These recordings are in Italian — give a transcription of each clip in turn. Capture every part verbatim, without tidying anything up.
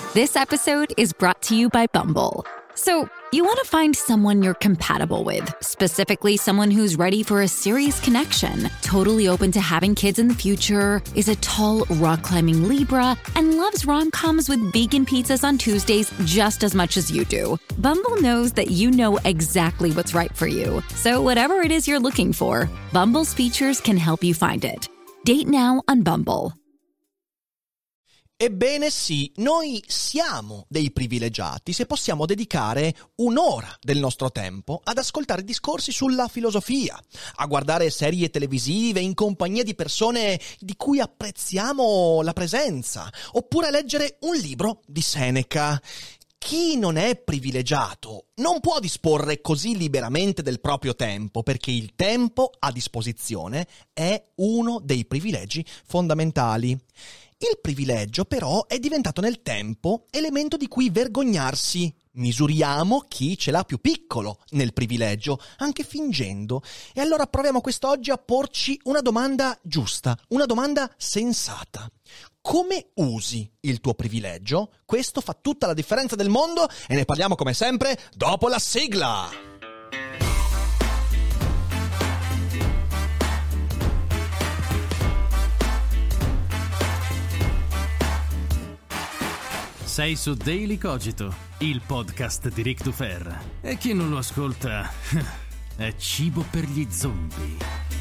This episode is brought to you by Bumble. So, you want to find someone you're compatible with, specifically someone who's ready for a serious connection, totally open to having kids in the future, is a tall, rock-climbing Libra, and loves rom-coms with vegan pizzas on Tuesdays just as much as you do. Bumble knows that you know exactly what's right for you. So whatever it is you're looking for, Bumble's features can help you find it. Date now on Bumble. Ebbene sì, noi siamo dei privilegiati se possiamo dedicare un'ora del nostro tempo ad ascoltare discorsi sulla filosofia, a guardare serie televisive in compagnia di persone di cui apprezziamo la presenza, oppure a leggere un libro di Seneca. Chi non è privilegiato non può disporre così liberamente del proprio tempo, perché il tempo a disposizione è uno dei privilegi fondamentali. Il privilegio, però, è diventato nel tempo elemento di cui vergognarsi. Misuriamo chi ce l'ha più piccolo nel privilegio, anche fingendo. E allora proviamo quest'oggi a porci una domanda giusta, una domanda sensata. Come usi il tuo privilegio? Questo fa tutta la differenza del mondo e ne parliamo come sempre dopo la sigla! Sei su Daily Cogito, il podcast di Ric Dufer. E chi non lo ascolta è cibo per gli zombie.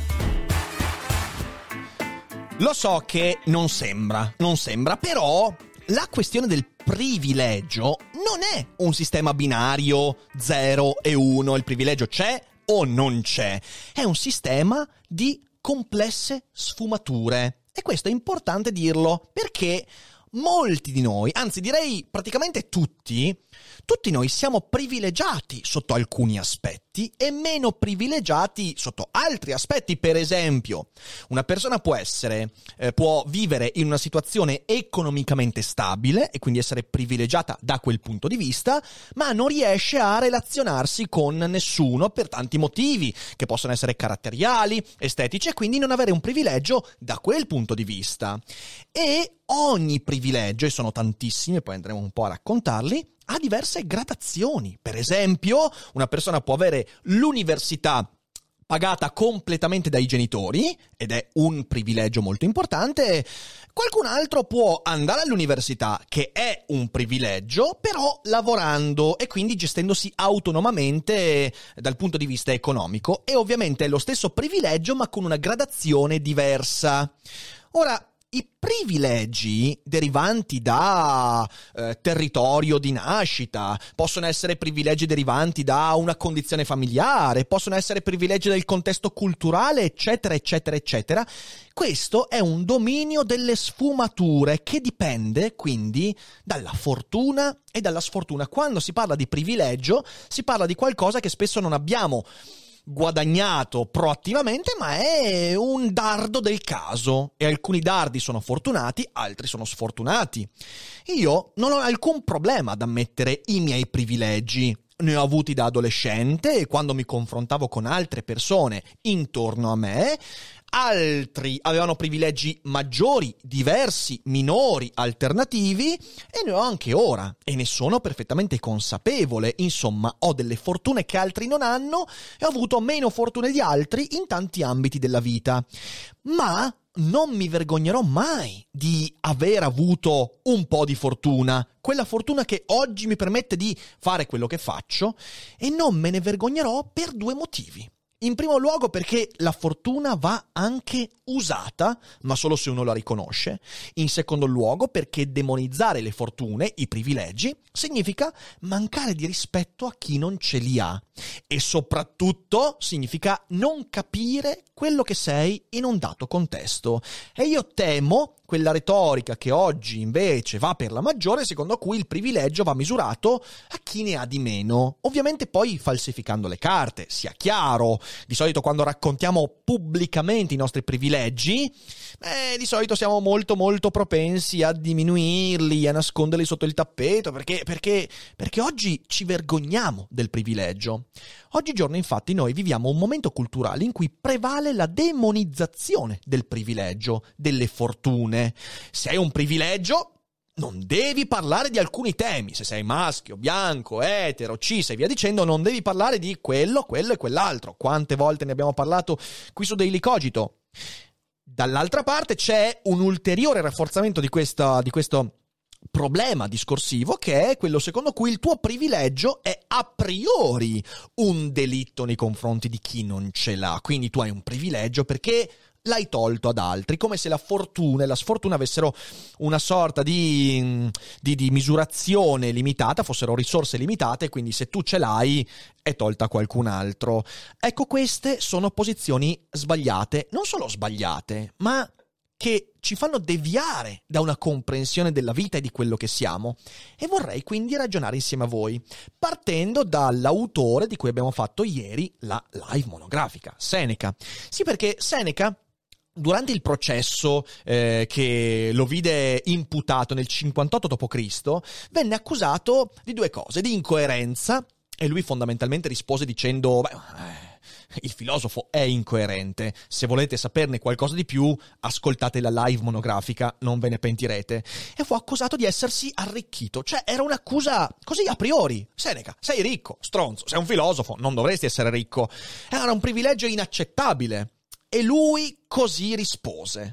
Lo so che non sembra, non sembra, però la questione del privilegio non è un sistema binario zero e uno, il privilegio c'è o non c'è. È un sistema di complesse sfumature. E questo è importante dirlo perché molti di noi, anzi direi praticamente tutti, tutti noi siamo privilegiati sotto alcuni aspetti e meno privilegiati sotto altri aspetti. Per esempio, una persona può essere, eh, può vivere in una situazione economicamente stabile e quindi essere privilegiata da quel punto di vista, ma non riesce a relazionarsi con nessuno per tanti motivi, che possono essere caratteriali, estetici, e quindi non avere un privilegio da quel punto di vista. E ogni privilegio, e sono tantissimi, poi andremo un po' a raccontarli, ha diverse gradazioni. Per esempio, una persona può avere l'università pagata completamente dai genitori, ed è un privilegio molto importante. Qualcun altro può andare all'università, che è un privilegio, però lavorando e quindi gestendosi autonomamente dal punto di vista economico. E ovviamente è lo stesso privilegio, ma con una gradazione diversa. Ora, i privilegi derivanti da eh, territorio di nascita, possono essere privilegi derivanti da una condizione familiare, possono essere privilegi del contesto culturale, eccetera, eccetera, eccetera. Questo è un dominio delle sfumature che dipende quindi dalla fortuna e dalla sfortuna. Quando si parla di privilegio, si parla di qualcosa che spesso non abbiamo guadagnato proattivamente, ma è un dardo del caso, e alcuni dardi sono fortunati, altri sono sfortunati. Io non ho alcun problema ad ammettere i miei privilegi. Ne ho avuti da adolescente e quando mi confrontavo con altre persone intorno a me. Altri avevano privilegi maggiori, diversi, minori, alternativi, e ne ho anche ora e ne sono perfettamente consapevole. Insomma, ho delle fortune che altri non hanno e ho avuto meno fortune di altri in tanti ambiti della vita. Ma non mi vergognerò mai di aver avuto un po' di fortuna, quella fortuna che oggi mi permette di fare quello che faccio, e non me ne vergognerò per due motivi. In primo luogo perché la fortuna va anche usata, ma solo se uno la riconosce. In secondo luogo perché demonizzare le fortune, i privilegi, significa mancare di rispetto a chi non ce li ha. E soprattutto significa non capire quello che sei in un dato contesto. E io temo quella retorica che oggi invece va per la maggiore, secondo cui il privilegio va misurato a chi ne ha di meno. Ovviamente poi falsificando le carte, sia chiaro. Di solito quando raccontiamo pubblicamente i nostri privilegi, eh, di solito siamo molto molto propensi a diminuirli, a nasconderli sotto il tappeto, perché, perché, perché oggi ci vergogniamo del privilegio. Oggigiorno infatti noi viviamo un momento culturale in cui prevale la demonizzazione del privilegio, delle fortune. Se hai un privilegio non devi parlare di alcuni temi. Se sei maschio, bianco, etero, cis e via dicendo, non devi parlare di quello, quello e quell'altro. Quante volte ne abbiamo parlato qui su Daily Cogito. Dall'altra parte c'è un ulteriore rafforzamento di questa, di questo problema discorsivo, che è quello secondo cui il tuo privilegio è a priori un delitto nei confronti di chi non ce l'ha. Quindi tu hai un privilegio perché l'hai tolto ad altri, come se la fortuna e la sfortuna avessero una sorta di, di, di misurazione limitata, fossero risorse limitate, quindi se tu ce l'hai è tolta a qualcun altro. Ecco, queste sono posizioni sbagliate, non solo sbagliate, ma che ci fanno deviare da una comprensione della vita e di quello che siamo. E vorrei quindi ragionare insieme a voi, partendo dall'autore di cui abbiamo fatto ieri la live monografica, Seneca. Sì, perché Seneca, durante il processo eh, che lo vide imputato nel cinquantotto dopo Cristo, venne accusato di due cose: di incoerenza, e lui fondamentalmente rispose dicendo: beh, eh, il filosofo è incoerente. Se volete saperne qualcosa di più, ascoltate la live monografica, non ve ne pentirete. E fu accusato di essersi arricchito. Cioè, era un'accusa così a priori. Seneca, sei ricco, stronzo, sei un filosofo, non dovresti essere ricco. Era un privilegio inaccettabile. E lui così rispose: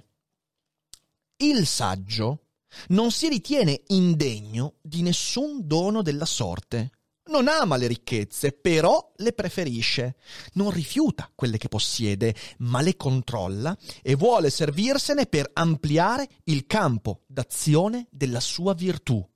il saggio non si ritiene indegno di nessun dono della sorte. Non ama le ricchezze, però le preferisce. Non rifiuta quelle che possiede, ma le controlla e vuole servirsene per ampliare il campo d'azione della sua virtù.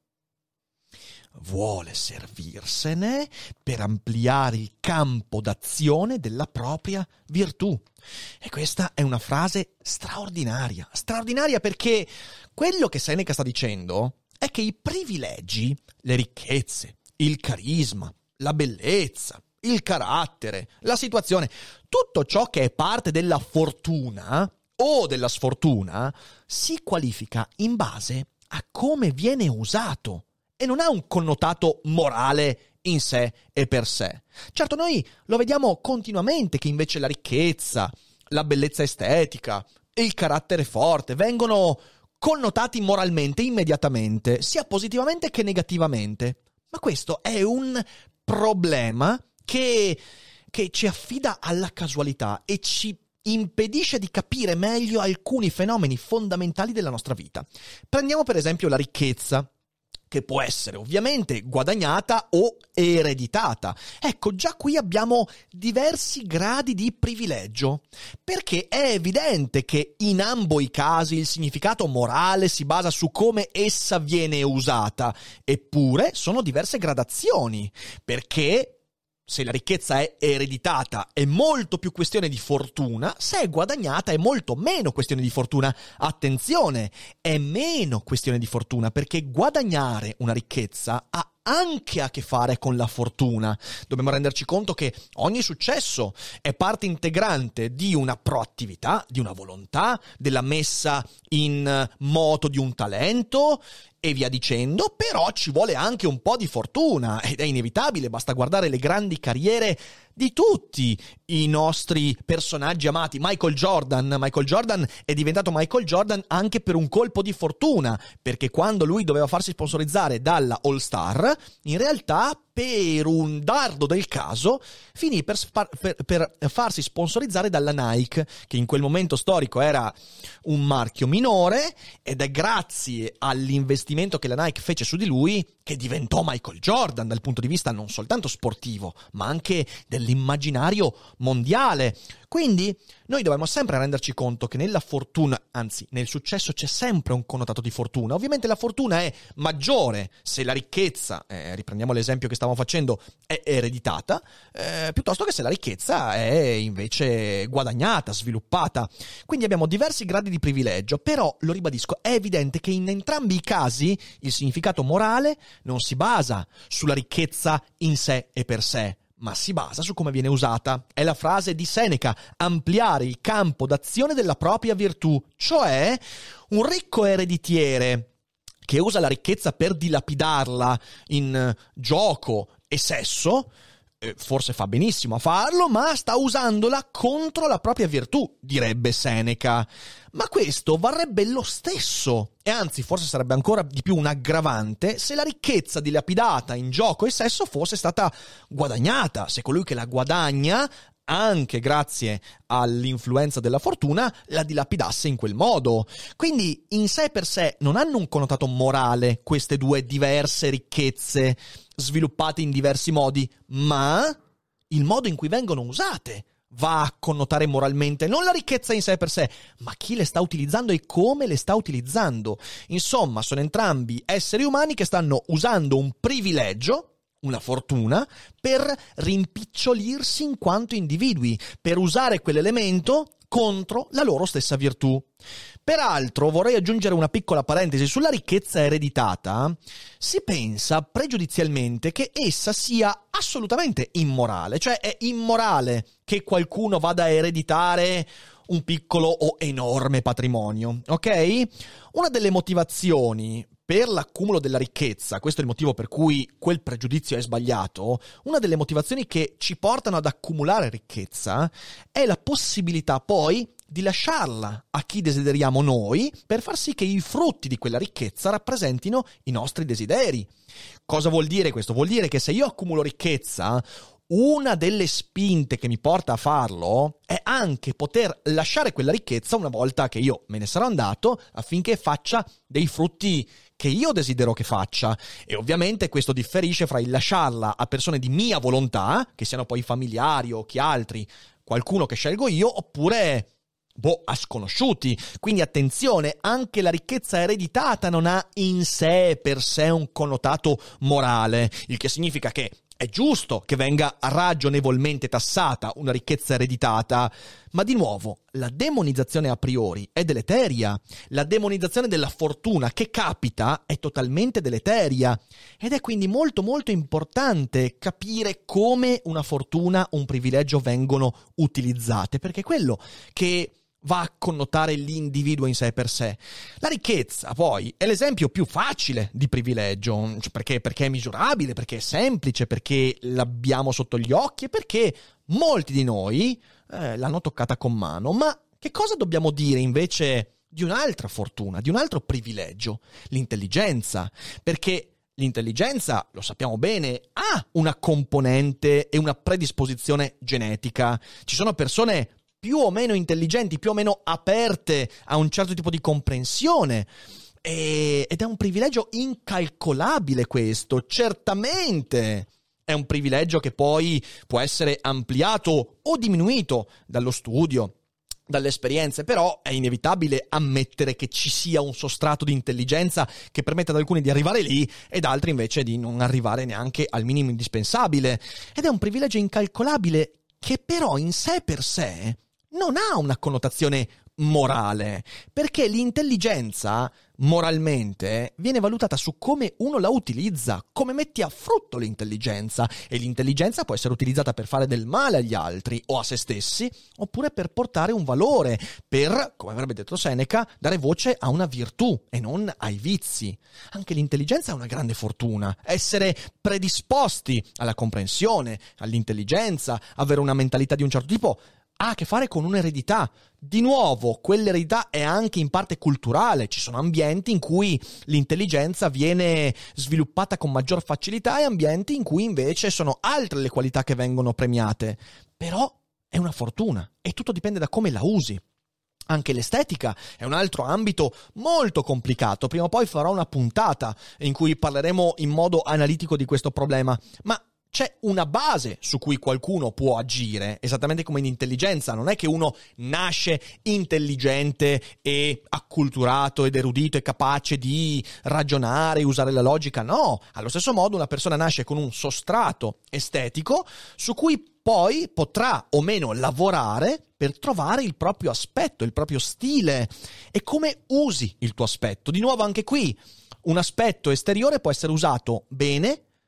Vuole servirsene per ampliare il campo d'azione della propria virtù. E questa è una frase straordinaria. Straordinaria perché quello che Seneca sta dicendo è che i privilegi, le ricchezze, il carisma, la bellezza, il carattere, la situazione, tutto ciò che è parte della fortuna o della sfortuna si qualifica in base a come viene usato e non ha un connotato morale in sé e per sé. Certo, noi lo vediamo continuamente che invece la ricchezza, la bellezza estetica e il carattere forte vengono connotati moralmente immediatamente, sia positivamente che negativamente. Ma questo è un problema che, che ci affida alla casualità e ci impedisce di capire meglio alcuni fenomeni fondamentali della nostra vita. Prendiamo per esempio la ricchezza, che può essere ovviamente guadagnata o ereditata. Ecco, già qui abbiamo diversi gradi di privilegio, perché è evidente che in ambo i casi il significato morale si basa su come essa viene usata, eppure sono diverse gradazioni, perché se la ricchezza è ereditata è molto più questione di fortuna, se è guadagnata è molto meno questione di fortuna. Attenzione, è meno questione di fortuna perché guadagnare una ricchezza ha anche a che fare con la fortuna. Dobbiamo renderci conto che ogni successo è parte integrante di una proattività, di una volontà, della messa in moto di un talento e via dicendo, però ci vuole anche un po' di fortuna ed è inevitabile, basta guardare le grandi carriere di tutti i nostri personaggi amati. Michael Jordan, Michael Jordan è diventato Michael Jordan anche per un colpo di fortuna, perché quando lui doveva farsi sponsorizzare dalla All Star, in realtà per un dardo del caso finì per, spar- per, per farsi sponsorizzare dalla Nike, che in quel momento storico era un marchio minore, ed è grazie all'investimento che la Nike fece su di lui che diventò Michael Jordan dal punto di vista non soltanto sportivo, ma anche dell'immaginario mondiale. Quindi noi dobbiamo sempre renderci conto che nella fortuna, anzi nel successo, c'è sempre un connotato di fortuna. Ovviamente la fortuna è maggiore se la ricchezza, eh, riprendiamo l'esempio che stavamo facendo, è ereditata, eh, piuttosto che se la ricchezza è invece guadagnata, sviluppata. Quindi abbiamo diversi gradi di privilegio, però, lo ribadisco, è evidente che in entrambi i casi il significato morale non si basa sulla ricchezza in sé e per sé, ma si basa su come viene usata. È la frase di Seneca: ampliare il campo d'azione della propria virtù, cioè un ricco ereditiere che usa la ricchezza per dilapidarla in gioco e sesso eh, forse fa benissimo a farlo, ma sta usandola contro la propria virtù, direbbe Seneca. Ma questo varrebbe lo stesso, e anzi forse sarebbe ancora di più un aggravante, se la ricchezza dilapidata in gioco e sesso fosse stata guadagnata, se colui che la guadagna, anche grazie all'influenza della fortuna, la dilapidasse in quel modo. Quindi in sé per sé non hanno un connotato morale queste due diverse ricchezze sviluppate in diversi modi, ma il modo in cui vengono usate va a connotare moralmente non la ricchezza in sé per sé, ma chi le sta utilizzando e come le sta utilizzando. Insomma, sono entrambi esseri umani che stanno usando un privilegio, una fortuna, per rimpicciolirsi in quanto individui, per usare quell'elemento contro la loro stessa virtù. Peraltro, vorrei aggiungere una piccola parentesi sulla ricchezza ereditata. Si pensa pregiudizialmente che essa sia assolutamente immorale, cioè è immorale che qualcuno vada a ereditare un piccolo o enorme patrimonio, ok? Una delle motivazioni per l'accumulo della ricchezza, questo è il motivo per cui quel pregiudizio è sbagliato, una delle motivazioni che ci portano ad accumulare ricchezza è la possibilità poi di lasciarla a chi desideriamo noi per far sì che i frutti di quella ricchezza rappresentino i nostri desideri. Cosa vuol dire questo? Vuol dire che se io accumulo ricchezza, una delle spinte che mi porta a farlo è anche poter lasciare quella ricchezza una volta che io me ne sarò andato, affinché faccia dei frutti che io desidero che faccia. E ovviamente questo differisce fra il lasciarla a persone di mia volontà, che siano poi familiari o chi altri, qualcuno che scelgo io, oppure boh, a sconosciuti. Quindi attenzione, anche la ricchezza ereditata non ha in sé per sé un connotato morale, il che significa che è giusto che venga ragionevolmente tassata una ricchezza ereditata, ma di nuovo, la demonizzazione a priori è deleteria. La demonizzazione della fortuna che capita è totalmente deleteria. Ed è quindi molto molto importante capire come una fortuna, un privilegio vengono utilizzate, perché è quello che va a connotare l'individuo in sé per sé. La ricchezza, poi, è l'esempio più facile di privilegio, cioè perché, perché è misurabile, perché è semplice, perché l'abbiamo sotto gli occhi e perché molti di noi eh, l'hanno toccata con mano. Ma che cosa dobbiamo dire invece di un'altra fortuna, di un altro privilegio? L'intelligenza. Perché l'intelligenza, lo sappiamo bene, ha una componente e una predisposizione genetica. Ci sono persone più o meno intelligenti, più o meno aperte a un certo tipo di comprensione. E, ed è un privilegio incalcolabile questo, certamente. È un privilegio che poi può essere ampliato o diminuito dallo studio, dalle esperienze, però è inevitabile ammettere che ci sia un sostrato di intelligenza che permette ad alcuni di arrivare lì ed altri invece di non arrivare neanche al minimo indispensabile. Ed è un privilegio incalcolabile che però in sé per sé non ha una connotazione morale, perché l'intelligenza moralmente viene valutata su come uno la utilizza, come metti a frutto l'intelligenza, e l'intelligenza può essere utilizzata per fare del male agli altri o a se stessi, oppure per portare un valore, per, come avrebbe detto Seneca, dare voce a una virtù e non ai vizi. Anche l'intelligenza è una grande fortuna, essere predisposti alla comprensione, all'intelligenza, avere una mentalità di un certo tipo, ha a che fare con un'eredità. Di nuovo, quell'eredità è anche in parte culturale. Ci sono ambienti in cui l'intelligenza viene sviluppata con maggior facilità e ambienti in cui invece sono altre le qualità che vengono premiate. Però è una fortuna e tutto dipende da come la usi. Anche l'estetica è un altro ambito molto complicato. Prima o poi farò una puntata in cui parleremo in modo analitico di questo problema. Ma c'è una base su cui qualcuno può agire, esattamente come in intelligenza. Non è che uno nasce intelligente e acculturato ed erudito e capace di ragionare e usare la logica. No, allo stesso modo una persona nasce con un sostrato estetico su cui poi potrà o meno lavorare per trovare il proprio aspetto, il proprio stile e come usi il tuo aspetto. Di nuovo anche qui, un aspetto esteriore può essere usato bene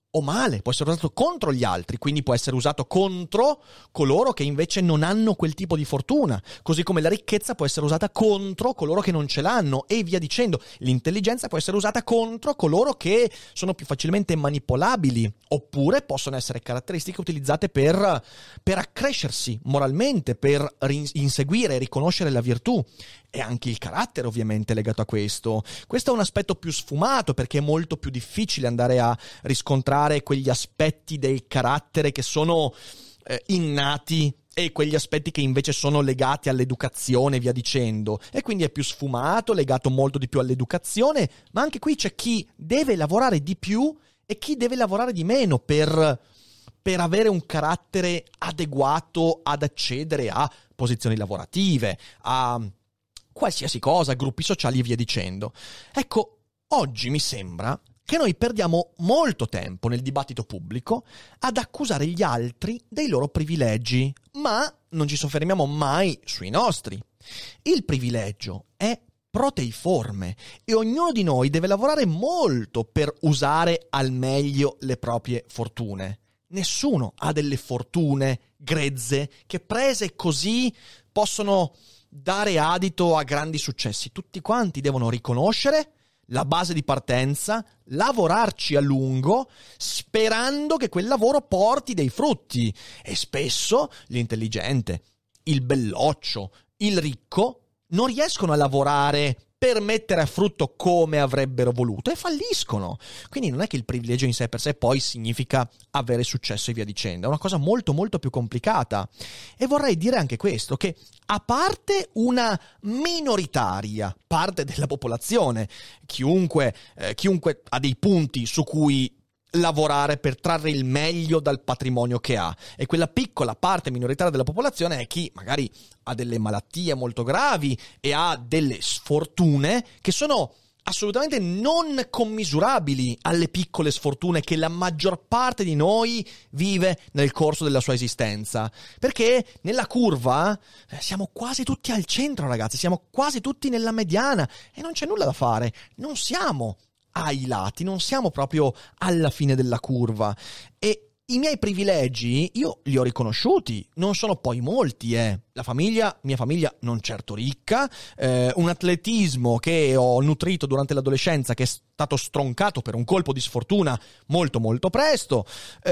o male, può essere usato contro gli altri, quindi può essere usato contro coloro che invece non hanno quel tipo di fortuna, così come la ricchezza può essere usata contro coloro che non ce l'hanno e via dicendo. L'intelligenza può essere usata contro coloro che sono più facilmente manipolabili, oppure possono essere caratteristiche utilizzate per, per accrescersi moralmente, per rin- inseguire e riconoscere la virtù. E anche il carattere ovviamente è legato a questo. Questo è un aspetto più sfumato perché è molto più difficile andare a riscontrare quegli aspetti del carattere che sono eh, innati e quegli aspetti che invece sono legati all'educazione e via dicendo. E quindi è più sfumato, legato molto di più all'educazione, ma anche qui c'è chi deve lavorare di più e chi deve lavorare di meno per, per avere un carattere adeguato ad accedere a posizioni lavorative, a qualsiasi cosa, gruppi sociali e via dicendo. Ecco, oggi mi sembra che noi perdiamo molto tempo nel dibattito pubblico ad accusare gli altri dei loro privilegi, ma non ci soffermiamo mai sui nostri. Il privilegio è proteiforme e ognuno di noi deve lavorare molto per usare al meglio le proprie fortune. Nessuno ha delle fortune grezze che prese così possono dare adito a grandi successi. Tutti quanti devono riconoscere la base di partenza, lavorarci a lungo, sperando che quel lavoro porti dei frutti. E spesso l'intelligente, il belloccio, il ricco non riescono a lavorare per mettere a frutto come avrebbero voluto e falliscono. Quindi non è che il privilegio in sé per sé poi significa avere successo e via dicendo, è una cosa molto molto più complicata. E vorrei dire anche questo, che a parte una minoritaria parte della popolazione, chiunque, eh, chiunque ha dei punti su cui lavorare per trarre il meglio dal patrimonio che ha, e quella piccola parte minoritaria della popolazione è chi magari ha delle malattie molto gravi e ha delle sfortune che sono assolutamente non commisurabili alle piccole sfortune che la maggior parte di noi vive nel corso della sua esistenza, perché nella curva eh, siamo quasi tutti al centro, ragazzi, siamo quasi tutti nella mediana e non c'è nulla da fare, non siamo ai lati, non siamo proprio alla fine della curva. E i miei privilegi io li ho riconosciuti, non sono poi molti, eh. La famiglia, mia famiglia non certo ricca, eh, un atletismo che ho nutrito durante l'adolescenza che è stato stroncato per un colpo di sfortuna molto molto presto,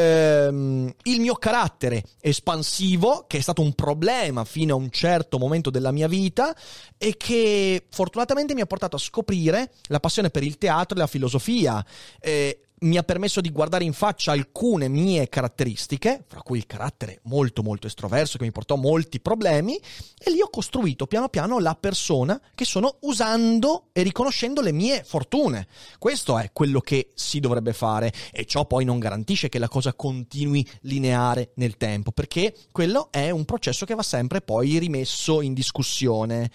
ehm, il mio carattere espansivo che è stato un problema fino a un certo momento della mia vita e che fortunatamente mi ha portato a scoprire la passione per il teatro e la filosofia. eh, mi ha permesso di guardare in faccia alcune mie caratteristiche, fra cui il carattere molto molto estroverso che mi portò molti problemi, e lì ho costruito piano piano la persona che sono usando e riconoscendo le mie fortune. Questo è quello che si dovrebbe fare, e ciò poi non garantisce che la cosa continui lineare nel tempo, perché quello è un processo che va sempre poi rimesso in discussione.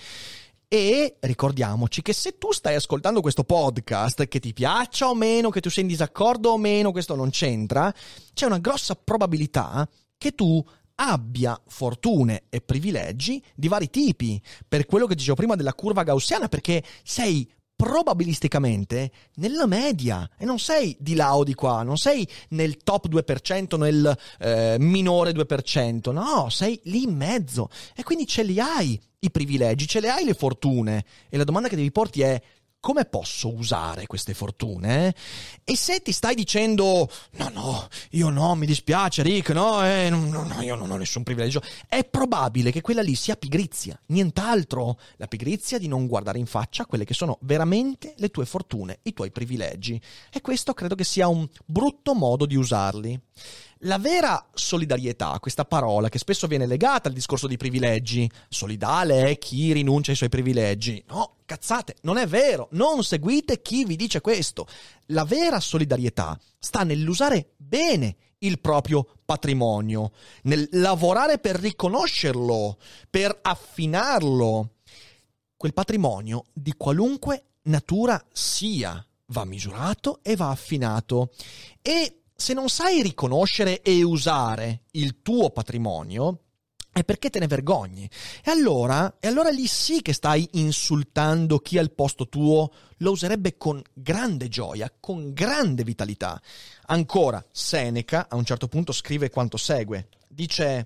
E ricordiamoci che se tu stai ascoltando questo podcast, che ti piaccia o meno, che tu sei in disaccordo o meno, questo non c'entra, c'è una grossa probabilità che tu abbia fortune e privilegi di vari tipi, per quello che dicevo prima della curva gaussiana, perché sei probabilisticamente nella media e non sei di là o di qua, non sei nel top due per cento, nel eh, minore due per cento, no, sei lì in mezzo e quindi ce li hai i privilegi, ce le hai le fortune, e la domanda che devi porti è: come posso usare queste fortune? E se ti stai dicendo no no, io no, mi dispiace Rick, no, eh, no, no, io non ho nessun privilegio, è probabile che quella lì sia pigrizia, nient'altro, la pigrizia di non guardare in faccia quelle che sono veramente le tue fortune, i tuoi privilegi, e questo credo che sia un brutto modo di usarli. La vera solidarietà, questa parola che spesso viene legata al discorso di privilegi, solidale è chi rinuncia ai suoi privilegi. No, cazzate, non è vero, non seguite chi vi dice questo. La vera solidarietà sta nell'usare bene il proprio patrimonio, nel lavorare per riconoscerlo, per affinarlo. Quel patrimonio, di qualunque natura sia, va misurato e va affinato. E se non sai riconoscere e usare il tuo patrimonio, è perché te ne vergogni. E allora, e allora lì sì che stai insultando chi al posto tuo lo userebbe con grande gioia, con grande vitalità. Ancora, Seneca a un certo punto scrive quanto segue. Dice: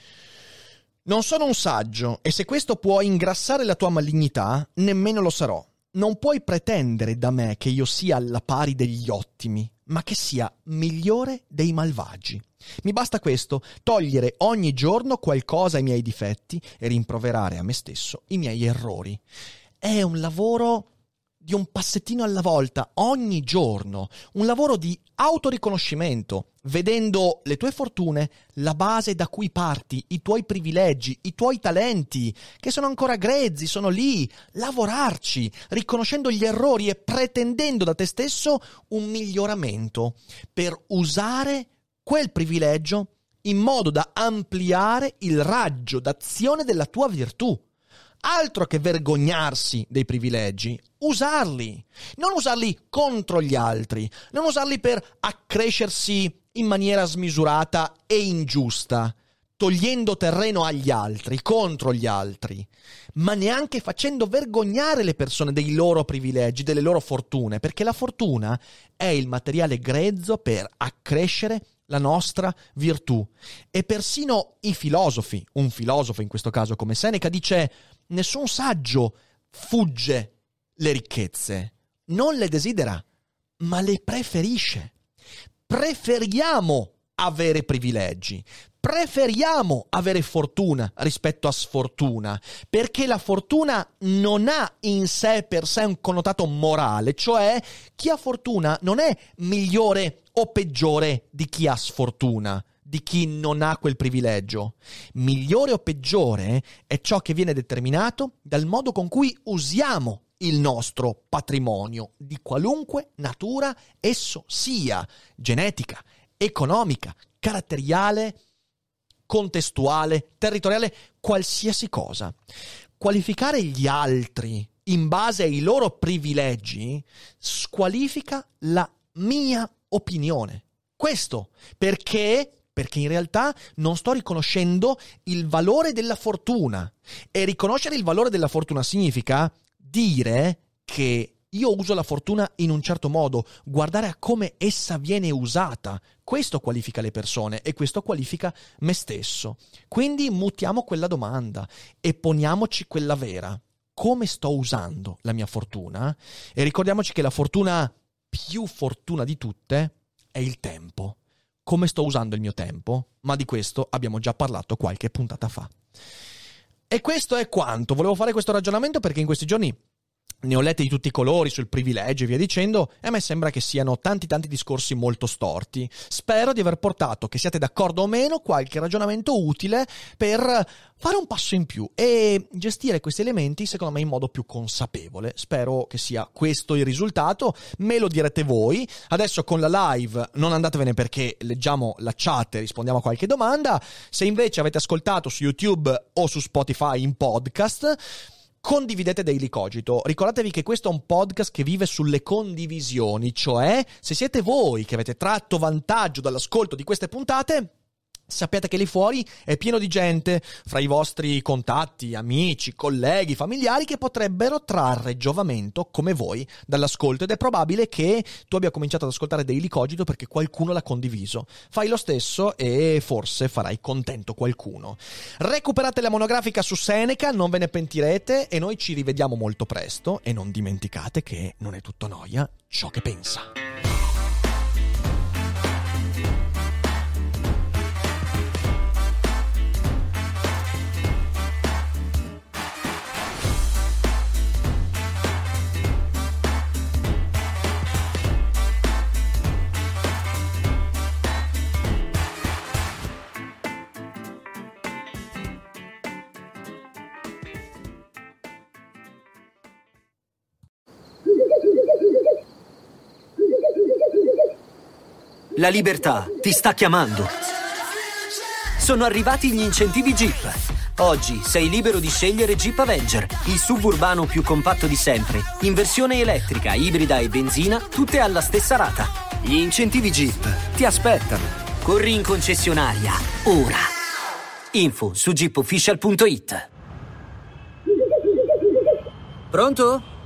non sono un saggio, e se questo può ingrassare la tua malignità, nemmeno lo sarò. Non puoi pretendere da me che io sia alla pari degli ottimi, ma che sia migliore dei malvagi. Mi basta questo, togliere ogni giorno qualcosa ai miei difetti e rimproverare a me stesso i miei errori. È un lavoro di un passettino alla volta, ogni giorno, un lavoro di autoriconoscimento, vedendo le tue fortune, la base da cui parti, i tuoi privilegi, i tuoi talenti, che sono ancora grezzi, sono lì, lavorarci, riconoscendo gli errori e pretendendo da te stesso un miglioramento per usare quel privilegio in modo da ampliare il raggio d'azione della tua virtù. Altro che vergognarsi dei privilegi, usarli, non usarli contro gli altri, non usarli per accrescersi in maniera smisurata e ingiusta, togliendo terreno agli altri, contro gli altri, ma neanche facendo vergognare le persone dei loro privilegi, delle loro fortune, perché la fortuna è il materiale grezzo per accrescere la nostra virtù. E persino i filosofi, un filosofo in questo caso come Seneca, dice: nessun saggio fugge le ricchezze, non le desidera, ma le preferisce. Preferiamo avere privilegi, preferiamo avere fortuna rispetto a sfortuna, perché la fortuna non ha in sé per sé un connotato morale, cioè chi ha fortuna non è migliore o peggiore di chi ha sfortuna, di chi non ha quel privilegio. Migliore o peggiore è ciò che viene determinato dal modo con cui usiamo il nostro patrimonio, di qualunque natura esso sia, genetica, economica, caratteriale, contestuale, territoriale, qualsiasi cosa. Qualificare gli altri in base ai loro privilegi squalifica la mia opinione. Questo perché perché in realtà non sto riconoscendo il valore della fortuna. E riconoscere il valore della fortuna significa dire che io uso la fortuna in un certo modo, guardare a come essa viene usata. Questo qualifica le persone e questo qualifica me stesso. Quindi mutiamo quella domanda e poniamoci quella vera. Come sto usando la mia fortuna? E ricordiamoci che la fortuna più fortuna di tutte è il tempo. Come sto usando il mio tempo? Ma di questo abbiamo già parlato qualche puntata fa. E questo è quanto. Volevo fare questo ragionamento perché in questi giorni ne ho lette di tutti i colori sul privilegio e via dicendo, e a me sembra che siano tanti tanti discorsi molto storti. Spero di aver portato, che siate d'accordo o meno, qualche ragionamento utile per fare un passo in più e gestire questi elementi secondo me in modo più consapevole. Spero che sia questo il risultato, me lo direte voi. Adesso con la live non andatevene perché leggiamo la chat e rispondiamo a qualche domanda. Se invece avete ascoltato su YouTube o su Spotify in podcast, condividete Daily Cogito. Ricordatevi che questo è un podcast che vive sulle condivisioni, cioè se siete voi che avete tratto vantaggio dall'ascolto di queste puntate, sappiate che lì fuori è pieno di gente, fra i vostri contatti, amici, colleghi, familiari, che potrebbero trarre giovamento, come voi, dall'ascolto, ed è probabile che tu abbia cominciato ad ascoltare Daily Cogito perché qualcuno l'ha condiviso. Fai lo stesso e forse farai contento qualcuno. Recuperate la monografica su Seneca, non ve ne pentirete, e noi ci rivediamo molto presto, e non dimenticate che non è tutto noia ciò che pensa. La libertà ti sta chiamando. Sono arrivati gli incentivi Jeep. Oggi sei libero di scegliere Jeep Avenger, il suburbano più compatto di sempre, in versione elettrica, ibrida e benzina, tutte alla stessa rata. Gli incentivi Jeep ti aspettano. Corri in concessionaria, ora. Info su jeep official punto it. Pronto?